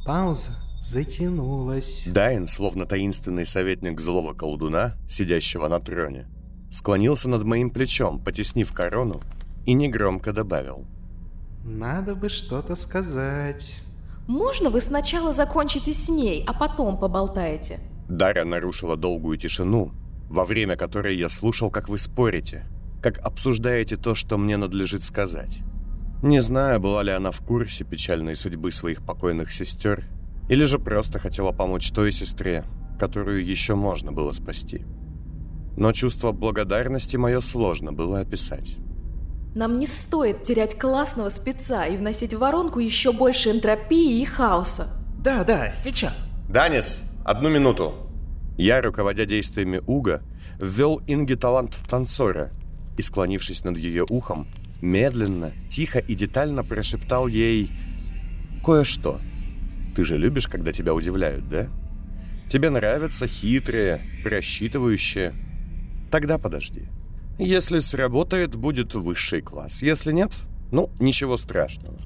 Пауза затянулась. Дайн, словно таинственный советник злого колдуна, сидящего на троне, склонился над моим плечом, потеснив корону, и негромко добавил: Надо бы что-то сказать. Можно вы сначала закончите с ней, а потом поболтаете? Дара нарушила долгую тишину, во время которой я слушал, как вы спорите, как обсуждаете то, что мне надлежит сказать. Не знаю, была ли она в курсе печальной судьбы своих покойных сестер, или же просто хотела помочь той сестре, которую еще можно было спасти. Но чувство благодарности мое сложно было описать. Нам не стоит терять классного спеца и вносить в воронку еще больше энтропии и хаоса. Да, сейчас. Данис, 1 минуту. Я, руководя действиями Уга, ввел Инге талант танцора и, склонившись над ее ухом, медленно, тихо и детально прошептал ей кое-что. Ты же любишь, когда тебя удивляют, да? Тебе нравятся хитрые, просчитывающие. Тогда подожди. Если сработает, будет высший класс. Если нет, ну, ничего страшного.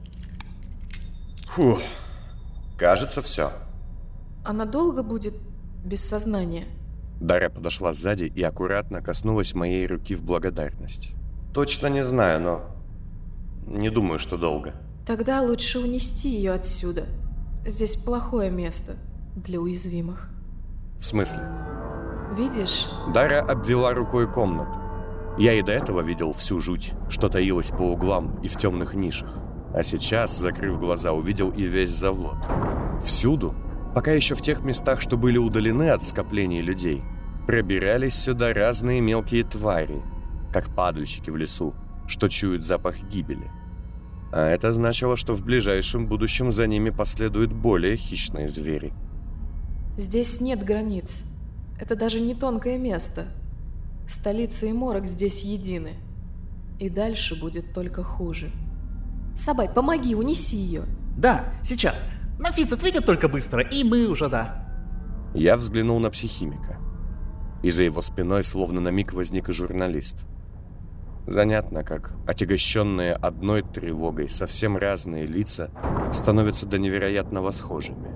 Фух, кажется, все. Она долго будет без сознания? Дара подошла сзади и аккуратно коснулась моей руки в благодарность. Точно не знаю, но не думаю, что долго. Тогда лучше унести ее отсюда. Здесь плохое место для уязвимых. В смысле? Видишь? Дара обвела рукой комнату. Я и до этого видел всю жуть, что таилось по углам и в темных нишах. А сейчас, закрыв глаза, увидел и весь завод. Всюду, пока еще в тех местах, что были удалены от скоплений людей, пробирались сюда разные мелкие твари, как падальщики в лесу, что чуют запах гибели. А это значило, что в ближайшем будущем за ними последуют более хищные звери. Здесь нет границ. Это даже не тонкое место. Столица и морок здесь едины. И дальше будет только хуже. Сабай, помоги, унеси ее. Да, сейчас. Нафиц ответит только быстро, и мы уже да. Я взглянул на психимика. И за его спиной словно на миг возник и журналист. Занятно, как отягощенные одной тревогой совсем разные лица становятся до невероятного схожими.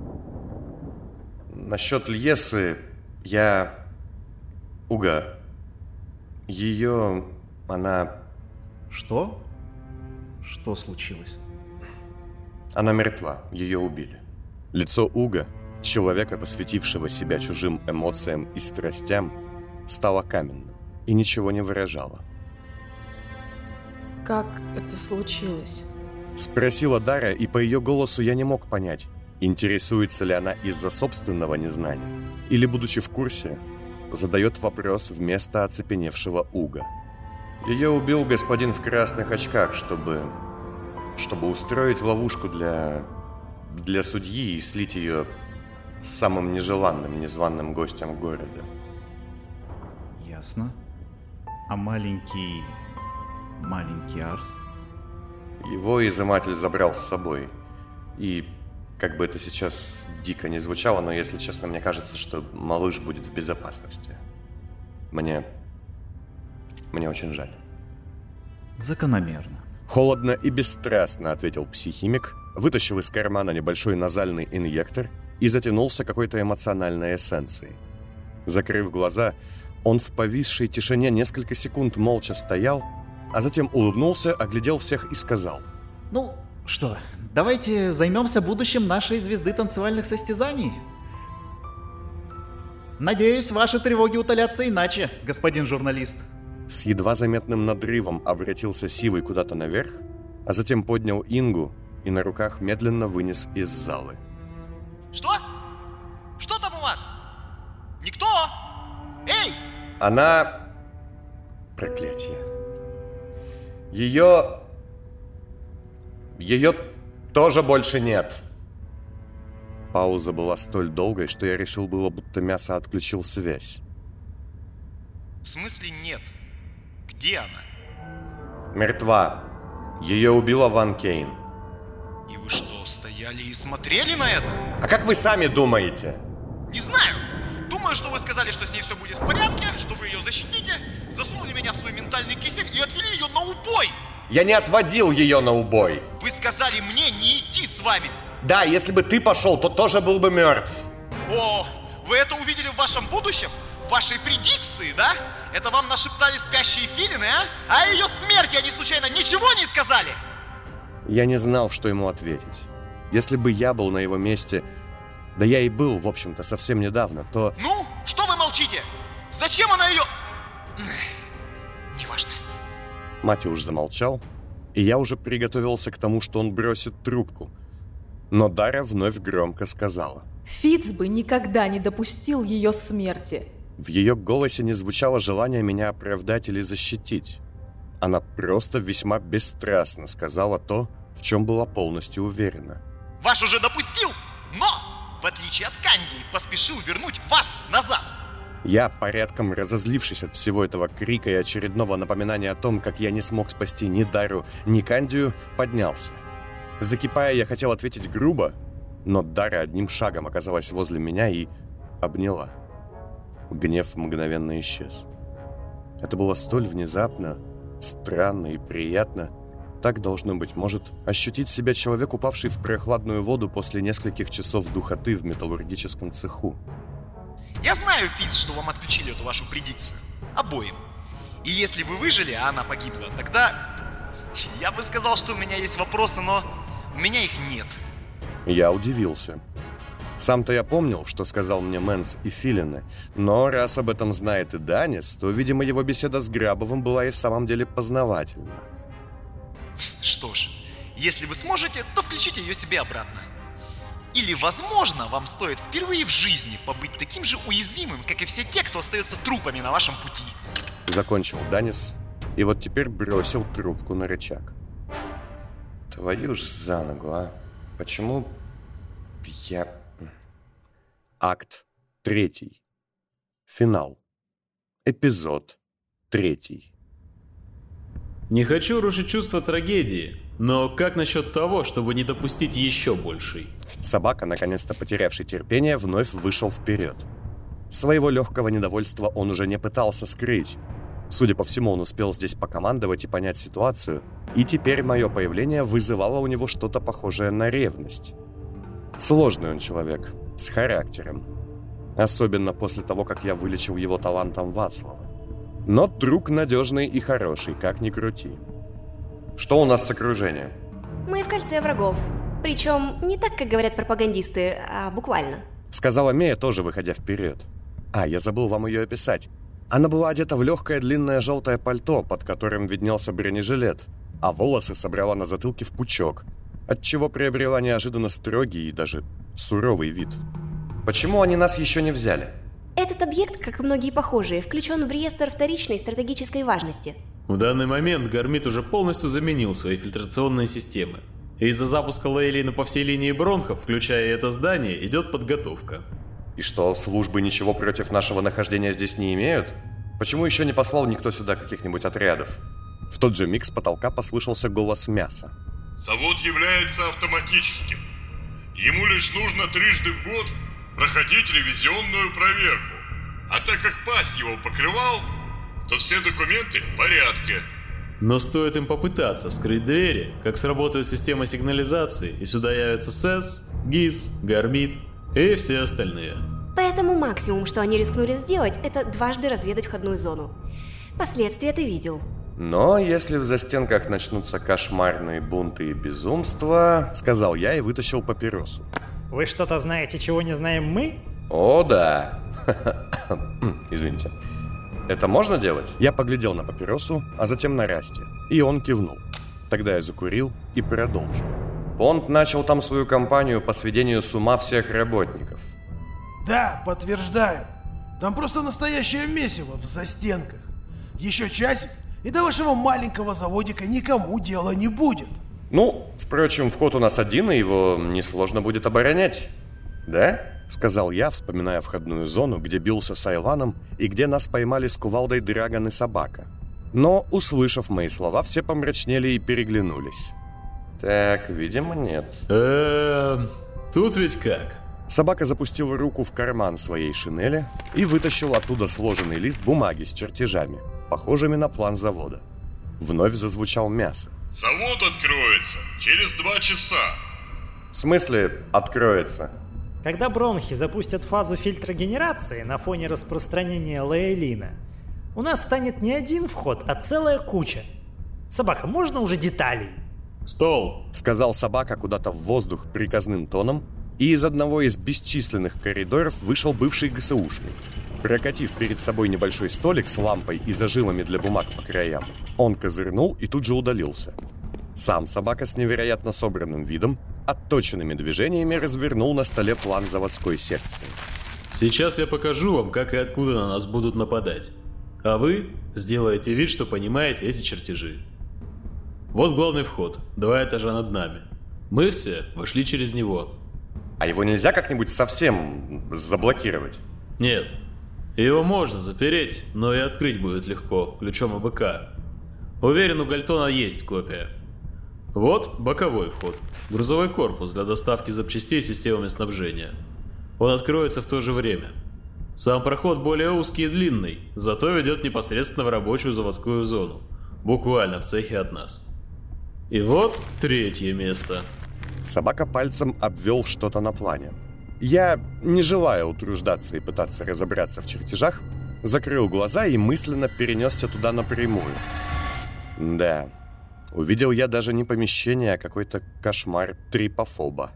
Насчет Льесы Уга. Она... Что? Что случилось? Она мертва, ее убили. Лицо Уга, человека, посвятившего себя чужим эмоциям и страстям, стало каменным и ничего не выражало. Как это случилось? Спросила Дара, и по ее голосу я не мог понять, интересуется ли она из-за собственного незнания, или, будучи в курсе, задает вопрос вместо оцепеневшего Уга. Ее убил господин в красных очках, чтобы устроить ловушку для судьи и слить ее с самым нежеланным, незваным гостем города. Ясно. А маленький Арс? Его изыматель забрал с собой. И, как бы это сейчас дико не звучало, но, если честно, мне кажется, что малыш будет в безопасности. Мне очень жаль. Закономерно. Холодно и бесстрастно ответил психимик, вытащил из кармана небольшой назальный инъектор и затянулся какой-то эмоциональной эссенцией. Закрыв глаза, он в повисшей тишине несколько секунд молча стоял, а затем улыбнулся, оглядел всех и сказал: Ну, что, давайте займемся будущим нашей звезды танцевальных состязаний. Надеюсь, ваши тревоги утолятся иначе, господин журналист. С едва заметным надрывом обратился Сивый куда-то наверх, а затем поднял Ингу и на руках медленно вынес из залы. Что? Что там у вас? Никто? Эй! Она... Проклятие. Ее тоже больше нет. Пауза была столь долгой, что я решил было, будто мясо отключил связь. В смысле нет? Где она? Мертва. Ее убила Ван Кейн. И вы что, стояли и смотрели на это? А как вы сами думаете? Не знаю. Думаю, что вы сказали, что с ней все будет в порядке, что вы ее защитите, засунули меня в свой ментальный кисель и отвели ее на убой. Я не отводил ее на убой. Вы сказали мне не идти с вами. Да, если бы ты пошел, то тоже был бы мертв. О, вы это увидели в вашем будущем? В вашей предикции, да? Это вам нашептали спящие филины, а? А о ее смерти они случайно ничего не сказали? Я не знал, что ему ответить. Если бы я был на его месте, да я и был, в общем-то, совсем недавно, то... Ну, что вы молчите? Зачем она ее... Неважно. Матюш замолчал, и я уже приготовился к тому, что он бросит трубку. Но Дара вновь громко сказала. Фитц бы никогда не допустил ее смерти. В ее голосе не звучало желание меня оправдать или защитить. Она просто весьма бесстрастно сказала то, в чем была полностью уверена. Ваш уже допустил, но, в отличие от Кандии, поспешил вернуть вас назад. Я, порядком разозлившись от всего этого крика и очередного напоминания о том, как я не смог спасти ни Дару, ни Кандию, поднялся. Закипая, я хотел ответить грубо, но Дара одним шагом оказалась возле меня и обняла. Гнев мгновенно исчез. Это было столь внезапно, странно и приятно. Так должно быть, может, ощутить себя человек, упавший в прохладную воду после нескольких часов духоты в металлургическом цеху. Я знаю, Фитц, что вам отключили эту вашу предикцию. Обоим. И если вы выжили, а она погибла, тогда... Я бы сказал, что у меня есть вопросы, но у меня их нет. Я удивился. Сам-то я помнил, что сказал мне Мэнс и Филины, но раз об этом знает и Данис, то, видимо, его беседа с Грабовым была и в самом деле познавательна. Что ж, если вы сможете, то включите ее себе обратно. Или, возможно, вам стоит впервые в жизни побыть таким же уязвимым, как и все те, кто остается трупами на вашем пути. Закончил Данис, и вот теперь бросил трубку на рычаг. Твою ж за ногу, а? Почему я... Акт 3. Финал. Эпизод 3. Не хочу рушить чувство трагедии, но как насчет того, чтобы не допустить еще большей? Собака, наконец-то потерявший терпение, вновь вышел вперед. Своего легкого недовольства он уже не пытался скрыть. Судя по всему, он успел здесь покомандовать и понять ситуацию, и теперь мое появление вызывало у него что-то похожее на ревность. Сложный он человек, с характером. Особенно после того, как я вылечил его талантом Вацлава. Но друг надежный и хороший, как ни крути. Что у нас с окружением? Мы в кольце врагов. Причем не так, как говорят пропагандисты, а буквально. Сказала Мея, тоже выходя вперед. Я забыл вам ее описать. Она была одета в легкое длинное желтое пальто, под которым виднелся бронежилет, а волосы собрала на затылке в пучок, отчего приобрела неожиданно строгий и даже суровый вид. Почему они нас еще не взяли? Этот объект, как и многие похожие, включен в реестр вторичной стратегической важности. В данный момент Гармит уже полностью заменил свои фильтрационные системы. Из-за запуска Лейлина по всей линии бронхов, включая это здание, идет подготовка. И что, службы ничего против нашего нахождения здесь не имеют? Почему еще не послал никто сюда каких-нибудь отрядов? В тот же миг с потолка послышался голос Мяса. Завод является автоматическим. Ему лишь нужно трижды в год проходить ревизионную проверку. А так как пасть его покрывал, то все документы в порядке. Но стоит им попытаться вскрыть двери, как сработает система сигнализации, и сюда явятся СЭС, ГИС, Гармит и все остальные. Поэтому максимум, что они рискнули сделать, это дважды разведать входную зону. Последствия ты видел. Но если в застенках начнутся кошмарные бунты и безумства, сказал я и вытащил папиросу. Вы что-то знаете, чего не знаем мы? О, да. Извините. Это можно делать? Я поглядел на папиросу, а затем на Расти, и он кивнул. Тогда я закурил и продолжил. Бонд начал там свою кампанию по сведению с ума всех работников. Да, подтверждаю. Там просто настоящее месиво в застенках. Еще часик, и до вашего маленького заводика никому дела не будет. Ну, впрочем, вход у нас один, и его несложно будет оборонять. Да? Сказал я, вспоминая входную зону, где бился с Айланом и где нас поймали с кувалдой Драгон и собака. Но, услышав мои слова, все помрачнели и переглянулись. Так, видимо, нет. Тут ведь как? Собака запустил руку в карман своей шинели и вытащил оттуда сложенный лист бумаги с чертежами, похожими на план завода. Вновь зазвучал Мясо. Завод откроется через 2 часа. В смысле откроется? Когда бронхи запустят фазу фильтрогенерации на фоне распространения лаэлина, у нас станет не один вход, а целая куча. Собака, можно уже деталей? «Стол!» — сказал собака куда-то в воздух приказным тоном, и из одного из бесчисленных коридоров вышел бывший ГСУшник. Прокатив перед собой небольшой столик с лампой и зажимами для бумаг по краям, он козырнул и тут же удалился. Сам собака с невероятно собранным видом, отточенными движениями развернул на столе план заводской секции. «Сейчас я покажу вам, как и откуда на нас будут нападать. А вы сделаете вид, что понимаете эти чертежи. Вот главный вход, 2 этажа над нами. Мы все вошли через него». А его нельзя как-нибудь совсем заблокировать? Нет. Его можно запереть, но и открыть будет легко, ключом АБК. Уверен, у Гальтона есть копия. Вот боковой вход. Грузовой корпус для доставки запчастей системами снабжения. Он откроется в то же время. Сам проход более узкий и длинный, зато ведет непосредственно в рабочую заводскую зону. Буквально в цехе от нас. И вот 3-е место. Собака пальцем обвел что-то на плане. Я, не желая утруждаться и пытаться разобраться в чертежах, закрыл глаза и мысленно перенесся туда напрямую. Да, увидел я даже не помещение, а какой-то кошмар трипофоба.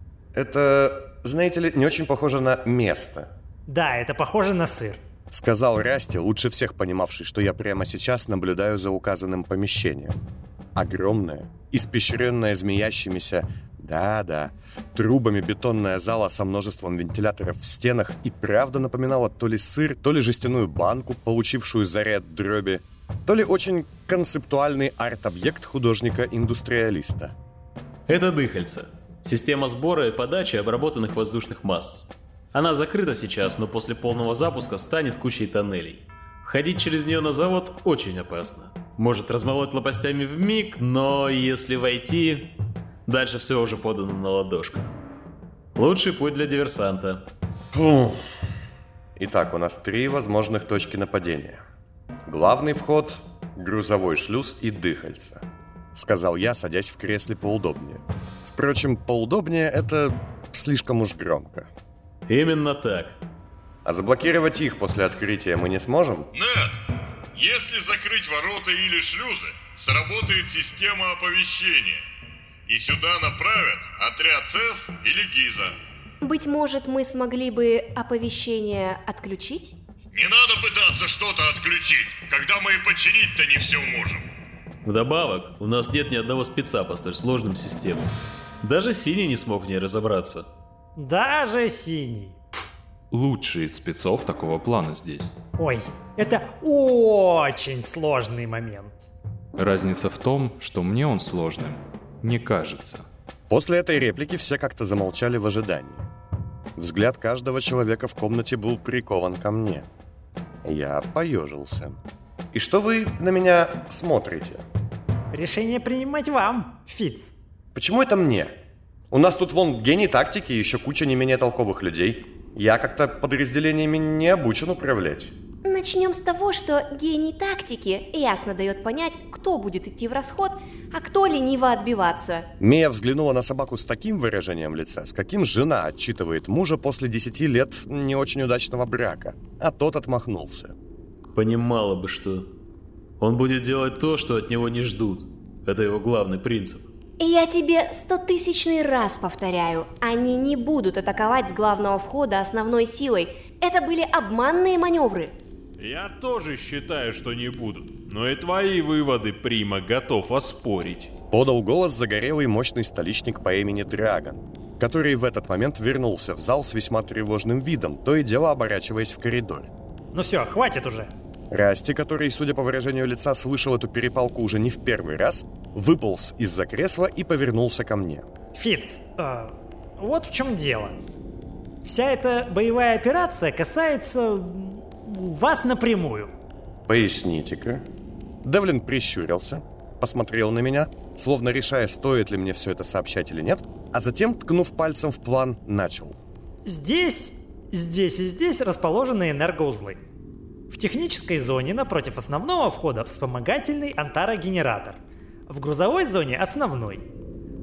Это, знаете ли, не очень похоже на место. Да, это похоже на сыр. Сказал Расти, лучше всех понимавший, что я прямо сейчас наблюдаю за указанным помещением. Огромное, испещренное змеящимися, да-да, трубами бетонная зала со множеством вентиляторов в стенах и правда напоминала то ли сыр, то ли жестяную банку, получившую заряд дроби, то ли очень концептуальный арт-объект художника-индустриалиста. Это дыхальце. Система сбора и подачи обработанных воздушных масс. Она закрыта сейчас, но после полного запуска станет кучей тоннелей. Ходить через нее на завод очень опасно. Может размолоть лопастями вмиг, но если войти, дальше все уже подано на ладошку. Лучший путь для диверсанта. Фу. Итак, у нас 3 возможных точки нападения. Главный вход, грузовой шлюз и дыхальце, сказал я, садясь в кресле поудобнее. Впрочем, поудобнее это слишком уж громко. Именно так. А заблокировать их после открытия мы не сможем? Нет. Если закрыть ворота или шлюзы, сработает система оповещения. И сюда направят отряд ЦЭС или ГИЗа. Быть может, мы смогли бы оповещение отключить? Не надо пытаться что-то отключить, когда мы и починить-то не все можем. Вдобавок, у нас нет ни одного спеца по столь сложным системам. Даже Синий не смог в ней разобраться. Даже Синий. Лучший из спецов такого плана здесь. Ой, это очень сложный момент. Разница в том, что мне он сложным не кажется. После этой реплики все как-то замолчали в ожидании. Взгляд каждого человека в комнате был прикован ко мне. Я поежился. И что вы на меня смотрите? Решение принимать вам, Фиц. Почему это мне? У нас тут вон гений тактики и еще куча не менее толковых людей. Я как-то подразделениями не обучен управлять. Начнем с того, что гений тактики ясно дает понять, кто будет идти в расход, а кто лениво отбиваться. Мия взглянула на собаку с таким выражением лица, с каким жена отчитывает мужа после 10 лет не очень удачного брака, а тот отмахнулся. Понимала бы, что он будет делать то, что от него не ждут. Это его главный принцип. Я тебе 100-тысячный раз повторяю, они не будут атаковать с главного входа основной силой. Это были обманные маневры. Я тоже считаю, что не будут, но и твои выводы, Прима, готов оспорить. Подал голос загорелый мощный столичник по имени Драгон, который в этот момент вернулся в зал с весьма тревожным видом, то и дело оборачиваясь в коридор. Ну все, хватит уже. Расти, который, судя по выражению лица, слышал эту перепалку уже не в первый раз, выполз из-за кресла и повернулся ко мне. Фиц, вот в чем дело. Вся эта боевая операция касается вас напрямую. Поясните-ка. Девлин прищурился, посмотрел на меня, словно решая, стоит ли мне все это сообщать или нет, а затем, ткнув пальцем в план, начал. Здесь и здесь расположены энергоузлы. В технической зоне напротив основного входа вспомогательный антарогенератор. В грузовой зоне основной.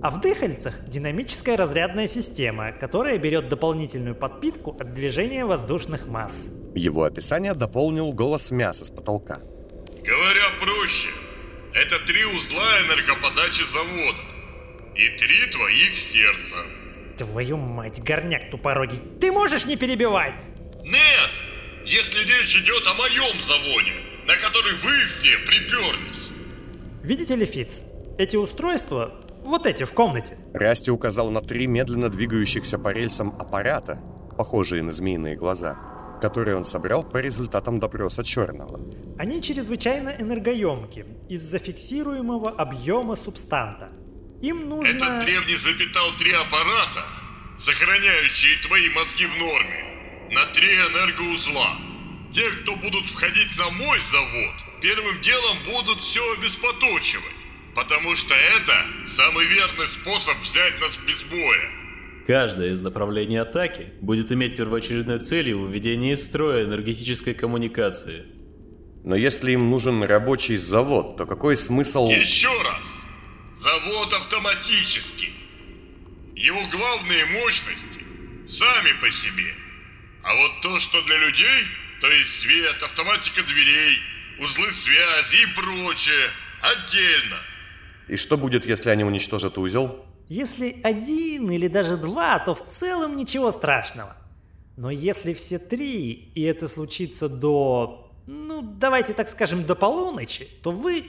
А в дыхальцах динамическая разрядная система, которая берет дополнительную подпитку от движения воздушных масс. Его описание дополнил голос мяса с потолка. Говоря проще, это 3 узла энергоподачи завода и 3 твоих сердца. Твою мать, горняк тупорогий, ты можешь не перебивать? Нет, если речь идет о моем заводе, на который вы все приперлись. Видите ли, Фиц, эти устройства, вот эти в комнате. Расти указал на 3 медленно двигающихся по рельсам аппарата, похожие на змеиные глаза, которые он собрал по результатам допроса Черного. Они чрезвычайно энергоемки из-за фиксируемого объема субстанта. Им нужно... Этот древний запитал 3 аппарата, сохраняющие твои мозги в норме, на 3 энергоузла. Те, кто будут входить на мой завод, первым делом будут все обеспоточивать, потому что это самый верный способ взять нас без боя. Каждое из направлений атаки будет иметь первоочередной целью выведение из строя энергетической коммуникации. Но если им нужен рабочий завод, то какой смысл... Еще раз! Завод автоматический. Его главные мощности сами по себе. А вот то, что для людей, то есть свет, автоматика дверей, узлы связи и прочее, отдельно. И что будет, если они уничтожат узел? Если 1 или даже 2, то в целом ничего страшного. Но если все 3, и это случится до... давайте так скажем, до полуночи, то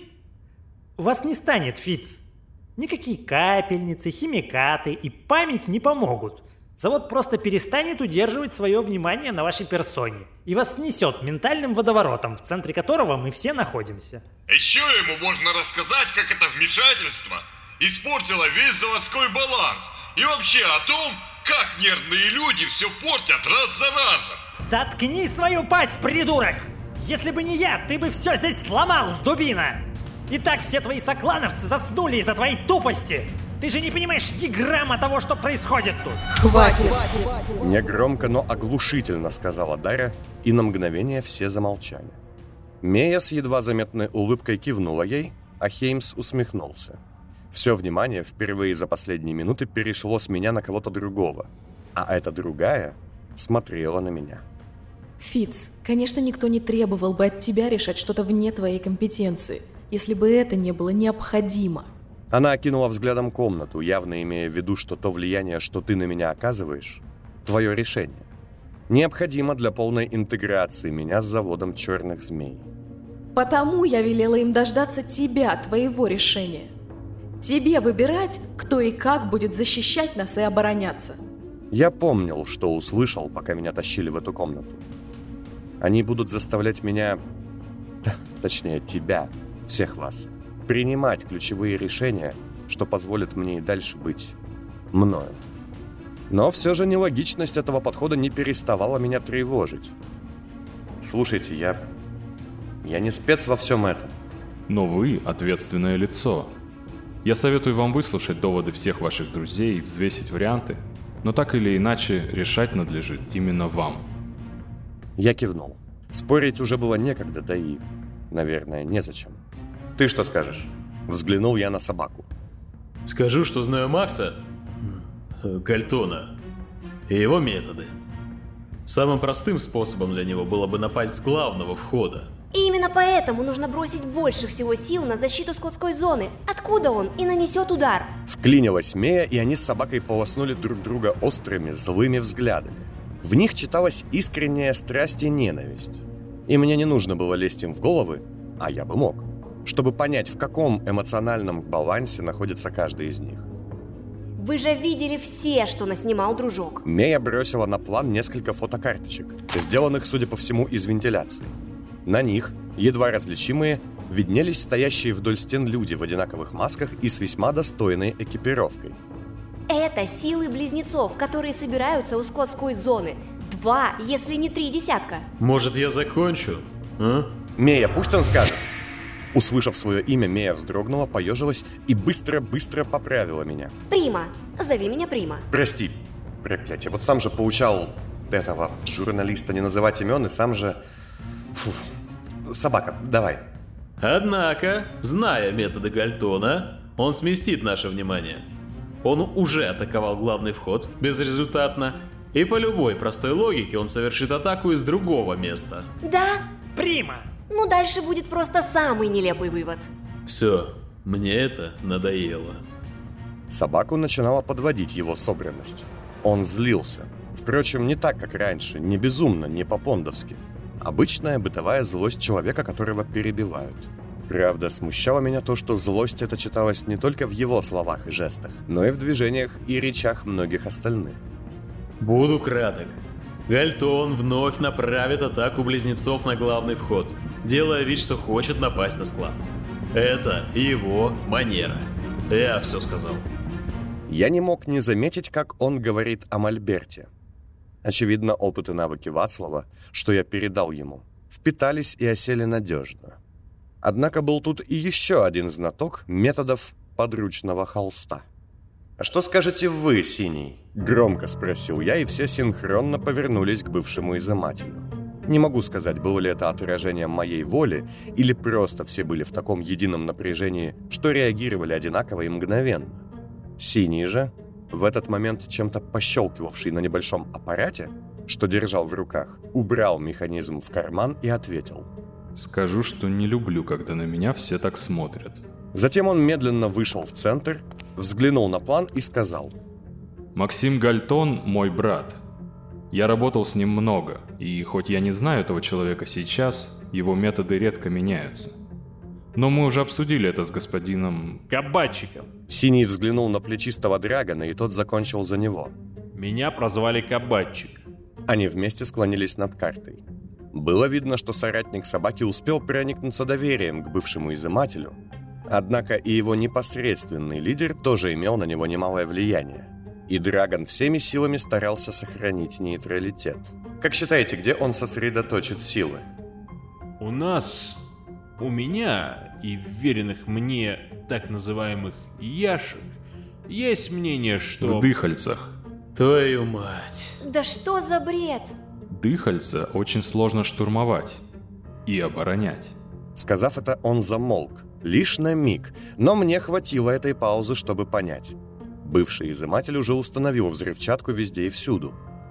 вас не станет, Фиц. Никакие капельницы, химикаты и память не помогут. Завод просто перестанет удерживать свое внимание на вашей персоне и вас снесет ментальным водоворотом, в центре которого мы все находимся. Еще ему можно рассказать, как это вмешательство испортило весь заводской баланс и вообще о том, как нервные люди все портят раз за разом. Заткни свою пасть, придурок! Если бы не я, ты бы все здесь сломал, дубина! И так все твои соклановцы заснули из-за твоей тупости! Ты же не понимаешь ни грамма того, что происходит тут! Хватит! Негромко, но оглушительно сказала Дарья, и на мгновение все замолчали. Мея с едва заметной улыбкой кивнула ей, а Хеймс усмехнулся. Все внимание впервые за последние минуты перешло с меня на кого-то другого, а эта другая смотрела на меня. Фиц, конечно, никто не требовал бы от тебя решать что-то вне твоей компетенции, если бы это не было необходимо. Она окинула взглядом комнату, явно имея в виду, что то влияние, что ты на меня оказываешь, твое решение. Необходимо для полной интеграции меня с заводом черных змей. Потому я велела им дождаться тебя, твоего решения. Тебе выбирать, кто и как будет защищать нас и обороняться. Я помнил, что услышал, пока меня тащили в эту комнату. Они будут заставлять меня, точнее тебя, всех вас, принимать ключевые решения, что позволит мне и дальше быть мною. Но все же нелогичность этого подхода не переставала меня тревожить. Слушайте, я не спец во всем этом. Но вы ответственное лицо. Я советую вам выслушать доводы всех ваших друзей и взвесить варианты, но так или иначе решать надлежит именно вам. Я кивнул. Спорить уже было некогда, да и, наверное, незачем. Ты что скажешь? Взглянул я на собаку. Скажу, что знаю Макса, Гальтона, и его методы. Самым простым способом для него было бы напасть с главного входа. И именно поэтому нужно бросить больше всего сил на защиту складской зоны, откуда он и нанесет удар. Вклинилась Мея, и они с собакой полоснули друг друга острыми, злыми взглядами. В них читалась искренняя страсть и ненависть. И мне не нужно было лезть им в головы, а я бы мог, чтобы понять, в каком эмоциональном балансе находится каждый из них. Вы же видели все, что наснимал дружок. Мея бросила на план несколько фотокарточек, сделанных, судя по всему, из вентиляции. На них, едва различимые, виднелись стоящие вдоль стен люди в одинаковых масках и с весьма достойной экипировкой. Это силы близнецов, которые собираются у складской зоны. 2, если не 3 десятка. Может, я закончу? А? Мея, пусть он скажет. Услышав свое имя, Мея вздрогнула, поежилась и быстро-быстро поправила меня. Прима. Зови меня Прима. Прости, проклятие. Вот сам же поучал этого журналиста не называть имен, и сам же... Фу. Собака, давай. Однако, зная методы Гальтона, он сместит наше внимание. он уже атаковал главный вход безрезультатно, и по любой простой логике он совершит атаку из другого места. Да? Прима! Ну дальше будет просто самый нелепый вывод. Все, мне это надоело. Собаку начинала подводить его собранность. Он злился. Впрочем, не так, как раньше, не безумно, не по-пондовски. Обычная бытовая злость человека, которого перебивают. Правда, смущало меня то, что злость эта читалась не только в его словах и жестах, но и в движениях и речах многих остальных. Буду краток. Гальтон вновь направит атаку близнецов на главный вход, делая вид, что хочет напасть на склад. Это его манера. Я все сказал. Я не мог не заметить, как он говорит о мольберте. Очевидно, опыт и навыки Вацлава, что я передал ему, впитались и осели надежно. Однако был тут и еще один знаток методов подручного холста. «А что скажете вы, Синий?» – громко спросил я, и все синхронно повернулись к бывшему изымателю. Не могу сказать, было ли это отражением моей воли, или просто все были в таком едином напряжении, что реагировали одинаково и мгновенно. Синий же, в этот момент чем-то пощелкивавший на небольшом аппарате, что держал в руках, убрал механизм в карман и ответил: «Скажу, что не люблю, когда на меня все так смотрят». Затем он медленно вышел в центр, взглянул на план и сказал: «Максим Гальтон – мой брат. Я работал с ним много, и хоть я не знаю этого человека сейчас, его методы редко меняются. Но мы уже обсудили это с господином... Кабачиком. Синий взглянул на плечистого Драгона, и тот закончил за него. Меня прозвали Кабачик. Они вместе склонились над картой. Было видно, что соратник собаки успел проникнуться доверием к бывшему изымателю, однако и его непосредственный лидер тоже имел на него немалое влияние. И Драгон всеми силами старался сохранить нейтралитет. Как считаете, где он сосредоточит силы? У меня и вверенных мне так называемых яшек есть мнение, что... В Дыхальцах. Твою мать. Да что за бред? Дыхальца очень сложно штурмовать и оборонять. Сказав это, он замолк. Лишь на миг, но мне хватило этой паузы, чтобы понять. Бывший изыматель уже установил взрывчатку везде и всюду.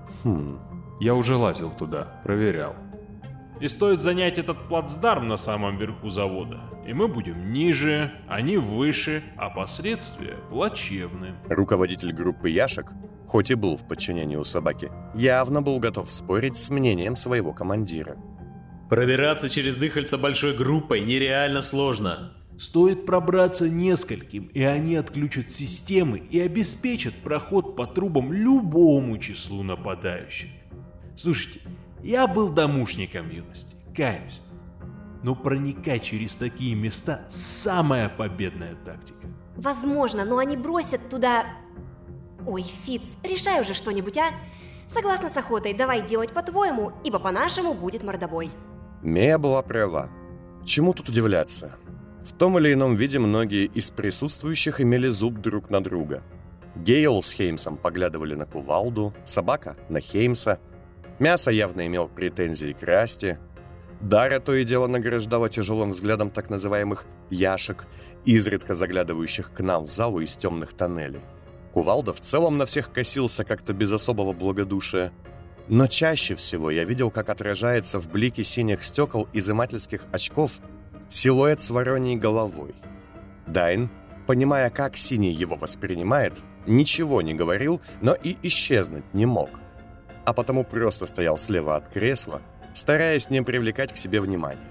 Я уже лазил туда, проверял. И стоит занять этот плацдарм на самом верху завода, и мы будем ниже, они выше, а последствия плачевны. Руководитель группы яшек, хоть и был в подчинении у собаки, явно был готов спорить с мнением своего командира. Пробираться через Дыхальца большой группой нереально сложно. Стоит пробраться нескольким, и они отключат системы и обеспечат проход по трубам любому числу нападающих. Слушайте, я был домушником в юности, каюсь. Но проникать через такие места – самая победная тактика. Возможно, но они бросят туда... Ой, Фиц, решай уже что-нибудь, а? Согласна с охотой, давай делать по-твоему, ибо по-нашему будет мордобой. Мея была права. Чему тут удивляться? В том или ином виде многие из присутствующих имели зуб друг на друга. Гейл с Хеймсом поглядывали на Кувалду, собака – на Хеймса. Мясо явно имел претензии к Расти. Дара то и дело награждала тяжелым взглядом так называемых «яшек», изредка заглядывающих к нам в залу из темных тоннелей. Кувалда в целом на всех косился как-то без особого благодушия. Но чаще всего я видел, как отражается в блике синих стекол изымательских очков силуэт с вороньей головой. Дайн, понимая, как Синий его воспринимает, ничего не говорил, но и исчезнуть не мог. А потому просто стоял слева от кресла, стараясь не привлекать к себе внимания.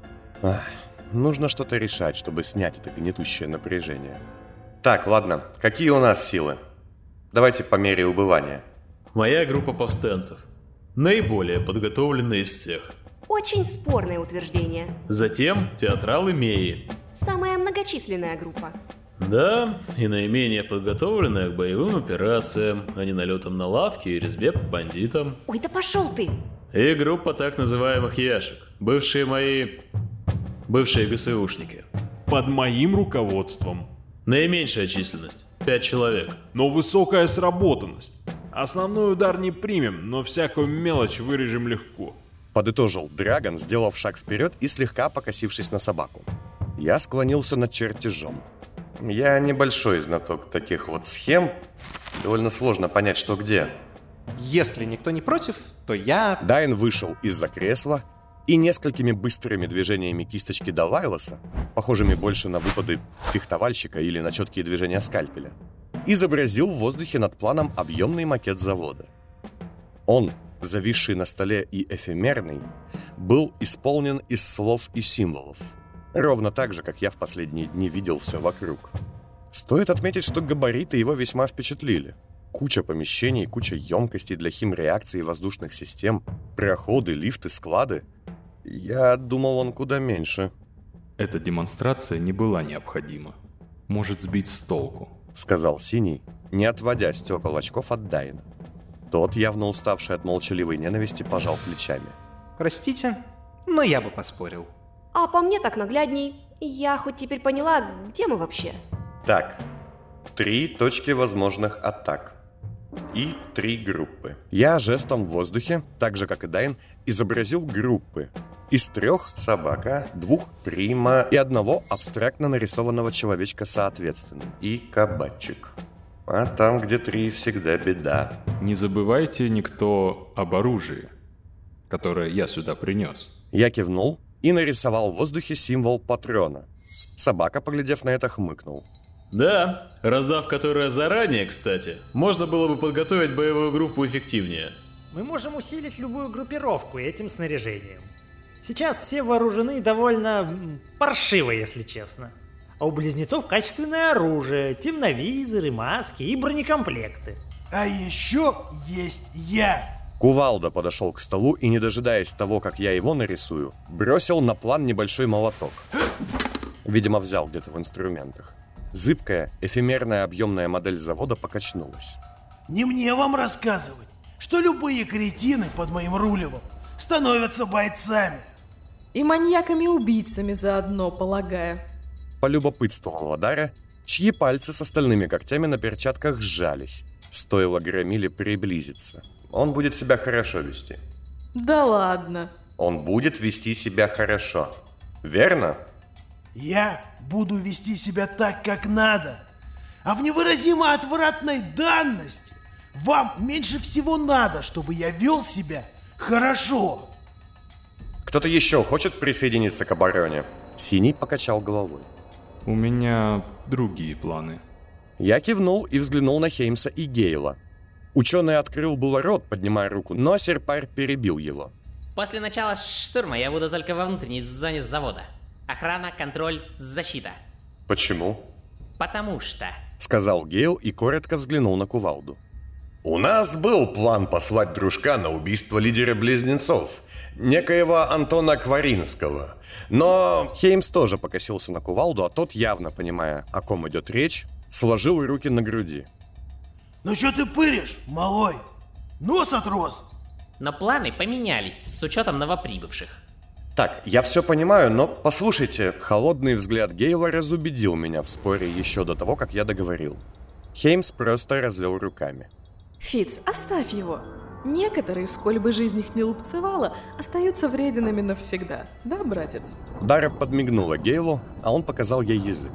Нужно что-то решать, чтобы снять это гнетущее напряжение. Так, ладно, какие у нас силы? Давайте по мере убывания. Моя группа повстанцев. Наиболее подготовленная из всех. Очень спорное утверждение. Затем театралы Меи. Самая многочисленная группа. Да, и наименее подготовленная к боевым операциям, а не налетам на лавки и резьбе по бандитам. Ой, да пошел ты! И группа так называемых яшек. Бывшие ГСУшники. Под моим руководством. Наименьшая численность – 5 человек. Но высокая сработанность. Основной удар не примем, но всякую мелочь вырежем легко. Подытожил Драгон, сделав шаг вперед и слегка покосившись на собаку. Я склонился над чертежом. Я небольшой знаток таких вот схем. Довольно сложно понять, что где. Если никто не против, то я... Дайн вышел из-за кресла и несколькими быстрыми движениями кисточки Далайласа, похожими больше на выпады фехтовальщика или на четкие движения скальпеля, изобразил в воздухе над планом объемный макет завода. Он, зависший на столе и эфемерный, был исполнен из слов и символов, ровно так же, как я в последние дни видел все вокруг. Стоит отметить, что габариты его весьма впечатлили. Куча помещений, куча емкостей для химреакции воздушных систем, проходы, лифты, склады. Я думал, он куда меньше. Эта демонстрация не была необходима. Может сбить с толку, сказал Синий, не отводя стекол очков от Дайна. Тот, явно уставший от молчаливой ненависти, пожал плечами. Простите, но я бы поспорил. А по мне так наглядней. Я хоть теперь поняла, где мы вообще. Так, 3 точки возможных атак и 3 группы. Я жестом в воздухе, так же как и Дайн, изобразил группы. Из 3 собака, 2 прима и 1 абстрактно нарисованного человечка соответственно. И кабачик. А там, где 3, всегда беда. Не забывайте никто об оружии, которое я сюда принес. Я кивнул и нарисовал в воздухе символ патрона. Собака, поглядев на это, хмыкнул. Да, раздав которое заранее, кстати, можно было бы подготовить боевую группу эффективнее. Мы можем усилить любую группировку этим снаряжением. Сейчас все вооружены довольно паршиво, если честно. А у близнецов качественное оружие, темновизоры, маски и бронекомплекты. А еще есть я. Кувалда подошел к столу и, не дожидаясь того, как я его нарисую, бросил на план небольшой молоток. Видимо, взял где-то в инструментах. Зыбкая, эфемерная объемная модель завода покачнулась. Не мне вам рассказывать, что любые кретины под моим рулевом становятся бойцами. И маньяками-убийцами заодно, полагаю. Полюбопытствовала Дара, чьи пальцы с остальными когтями на перчатках сжались. Стоило Громиле приблизиться. Он будет себя хорошо вести. Да ладно. Он будет вести себя хорошо. Верно? Я буду вести себя так, как надо. А в невыразимо отвратной данности вам меньше всего надо, чтобы я вел себя хорошо. Кто-то еще хочет присоединиться к обороне? Синий покачал головой. У меня другие планы. Я кивнул и взглянул на Хеймса и Гейла. Ученый открыл было рот, поднимая руку, но Серпар перебил его. После начала штурма я буду только во внутренней зоне завода. Охрана, контроль, защита. Почему? Потому что... Сказал Гейл и коротко взглянул на Кувалду. У нас был план послать дружка на убийство лидера близнецов, некоего Антона Кваринского. Но Хеймс тоже покосился на Кувалду, а тот, явно понимая, о ком идет речь, сложил руки на груди. Ну что ты пыришь, малой? Нос отрос. Но планы поменялись с учетом новоприбывших. Так, я все понимаю, но послушайте, холодный взгляд Гейла разубедил меня в споре еще до того, как я договорил. Хеймс просто развел руками. Фиц, оставь его. Некоторые, сколь бы жизнь их не лупцевала, остаются врединами навсегда. Да, братец? Дара подмигнула Гейлу, а он показал ей язык.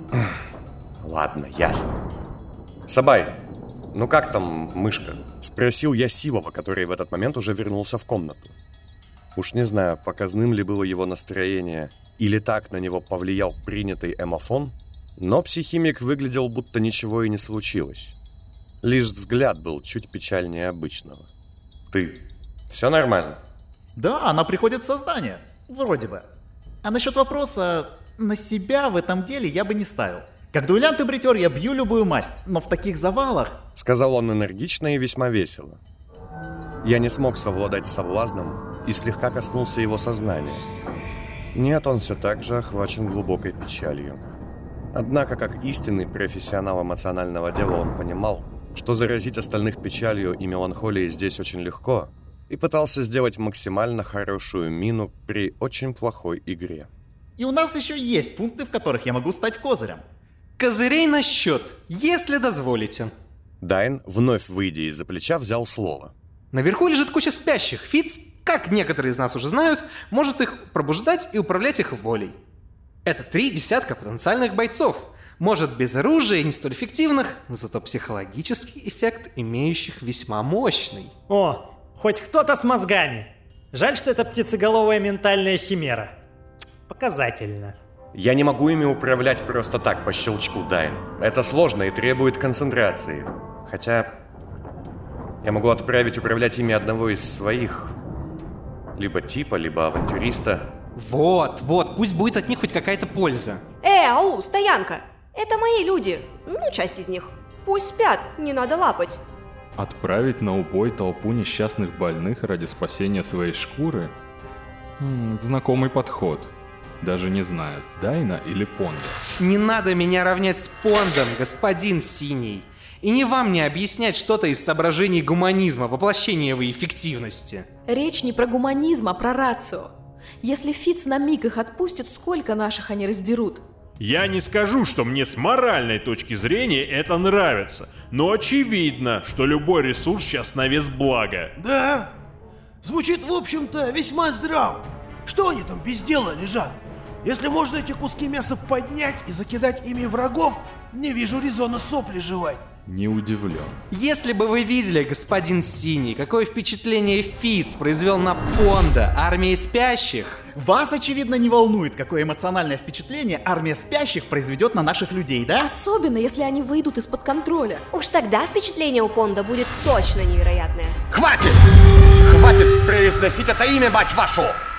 Ладно, ясно. Сабай, ну как там мышка? Спросил я Сивова, который в этот момент уже вернулся в комнату. Уж не знаю, показным ли было его настроение, или так на него повлиял принятый эмофон, но психимик выглядел, будто ничего и не случилось. Лишь взгляд был чуть печальнее обычного. Ты... все нормально? Да, она приходит в сознание. Вроде бы. А насчет вопроса на себя в этом деле я бы не ставил. Как дуэлянт и бритер я бью любую масть, но в таких завалах... Сказал он энергично и весьма весело. Я не смог совладать с соблазном и слегка коснулся его сознания. Нет, он все так же охвачен глубокой печалью. Однако, как истинный профессионал эмоционального дела, он понимал, что заразить остальных печалью и меланхолией здесь очень легко, и пытался сделать максимально хорошую мину при очень плохой игре. И у нас еще есть пункты, в которых я могу стать козырем. Козырей на счет, если дозволите. Дайн, вновь выйдя из-за плеча, взял слово. Наверху лежит куча спящих. Фиц, как некоторые из нас уже знают, может их пробуждать и управлять их волей. Это 3 десятка потенциальных бойцов. Может, без оружия и не столь эффективных, но зато психологический эффект имеющих весьма мощный. О, хоть кто-то с мозгами. Жаль, что это птицеголовая ментальная химера. Показательно. Я не могу ими управлять просто так, по щелчку, Дайн. Это сложно и требует концентрации. Хотя я могу отправить управлять ими одного из своих. Либо типа, либо авантюриста. Вот, пусть будет от них хоть какая-то польза. Ау, стоянка! Это мои люди. Ну, часть из них. Пусть спят, не надо лапать. Отправить на убой толпу несчастных больных ради спасения своей шкуры? Знакомый подход. Даже не знаю, Дайна или Понда. Не надо меня равнять с Пондом, господин Синий. И не вам мне объяснять что-то из соображений гуманизма, воплощения его эффективности. Речь не про гуманизм, а про рацио. Если Фиц на миг их отпустит, сколько наших они раздерут? Я не скажу, что мне с моральной точки зрения это нравится, но очевидно, что любой ресурс сейчас на вес блага. Да, звучит, в общем-то, весьма здраво. Что они там без дела лежат? Если можно эти куски мяса поднять и закидать ими врагов, не вижу резона сопли жевать. Не удивлен. Если бы вы видели, господин Синий, какое впечатление Фиц произвел на Понда, армии спящих. Вас, очевидно, не волнует, какое эмоциональное впечатление армия спящих произведет на наших людей, да? Особенно, если они выйдут из-под контроля. Уж тогда впечатление у Понда будет точно невероятное. Хватит! Хватит произносить это имя, мать вашу!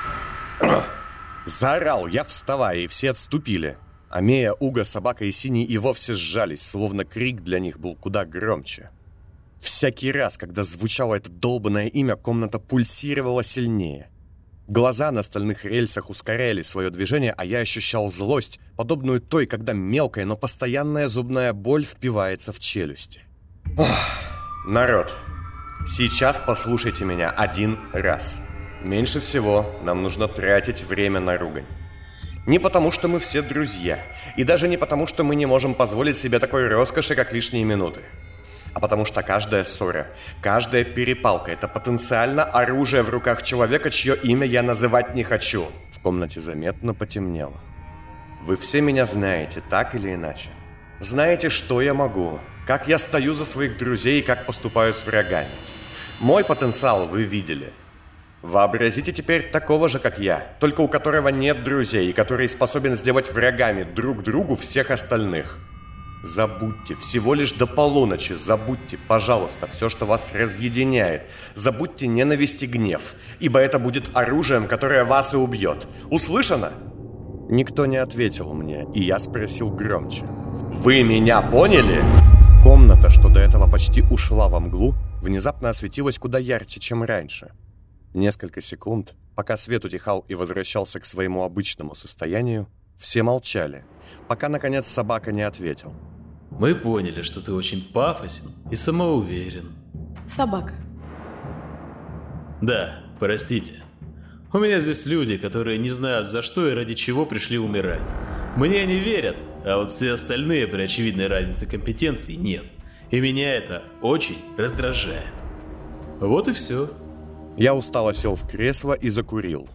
Заорал я, вставая, и все отступили. Амея, Уга, Собака и Синий и вовсе сжались, словно крик для них был куда громче. Всякий раз, когда звучало это долбанное имя, комната пульсировала сильнее. Глаза на стальных рельсах ускоряли свое движение, а я ощущал злость, подобную той, когда мелкая, но постоянная зубная боль впивается в челюсти. Народ, сейчас послушайте меня один раз. Меньше всего нам нужно тратить время на ругань. Не потому, что мы все друзья, и даже не потому, что мы не можем позволить себе такой роскоши, как лишние минуты. А потому что каждая ссора, каждая перепалка – это потенциально оружие в руках человека, чье имя я называть не хочу. В комнате заметно потемнело. Вы все меня знаете, так или иначе. Знаете, что я могу, как я стою за своих друзей и как поступаю с врагами. Мой потенциал вы видели. Вообразите теперь такого же, как я, только у которого нет друзей и который способен сделать врагами друг другу всех остальных. Забудьте, всего лишь до полуночи, забудьте, пожалуйста, все, что вас разъединяет. Забудьте ненависть и гнев, ибо это будет оружием, которое вас и убьет. Услышано? Никто не ответил мне, и я спросил громче. Вы меня поняли? Комната, что до этого почти ушла во мглу, внезапно осветилась куда ярче, чем раньше. Несколько секунд, пока свет утихал и возвращался к своему обычному состоянию, все молчали, пока, наконец, Собака не ответил. Мы поняли, что ты очень пафосен и самоуверен. Собака. Да, простите. У меня здесь люди, которые не знают, за что и ради чего пришли умирать. Мне они верят, а вот все остальные при очевидной разнице компетенций нет. И меня это очень раздражает. Вот и все. Я устало сел в кресло и закурил.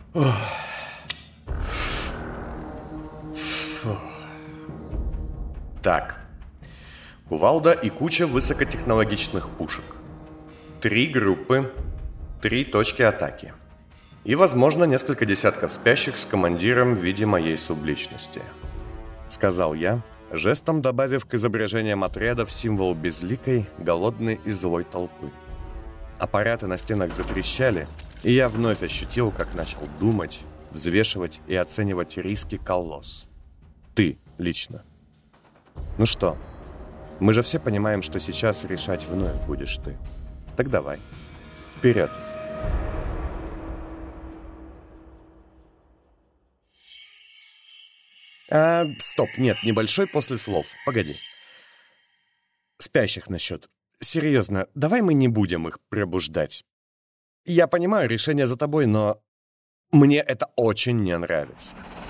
Так. Кувалда и куча высокотехнологичных пушек. 3 группы, 3 точки атаки. И, возможно, несколько десятков спящих с командиром в виде моей субличности. Сказал я, жестом добавив к изображениям отрядов символ безликой, голодной и злой толпы. Аппараты на стенах затрещали, и я вновь ощутил, как начал думать, взвешивать и оценивать риски колосс. Ты лично. Ну что, мы же все понимаем, что сейчас решать вновь будешь ты. Так давай, вперед. Стоп, нет, небольшой после слов, погоди. Спящих насчет. Серьезно, давай мы не будем их пробуждать. Я понимаю, решение за тобой, но мне это очень не нравится.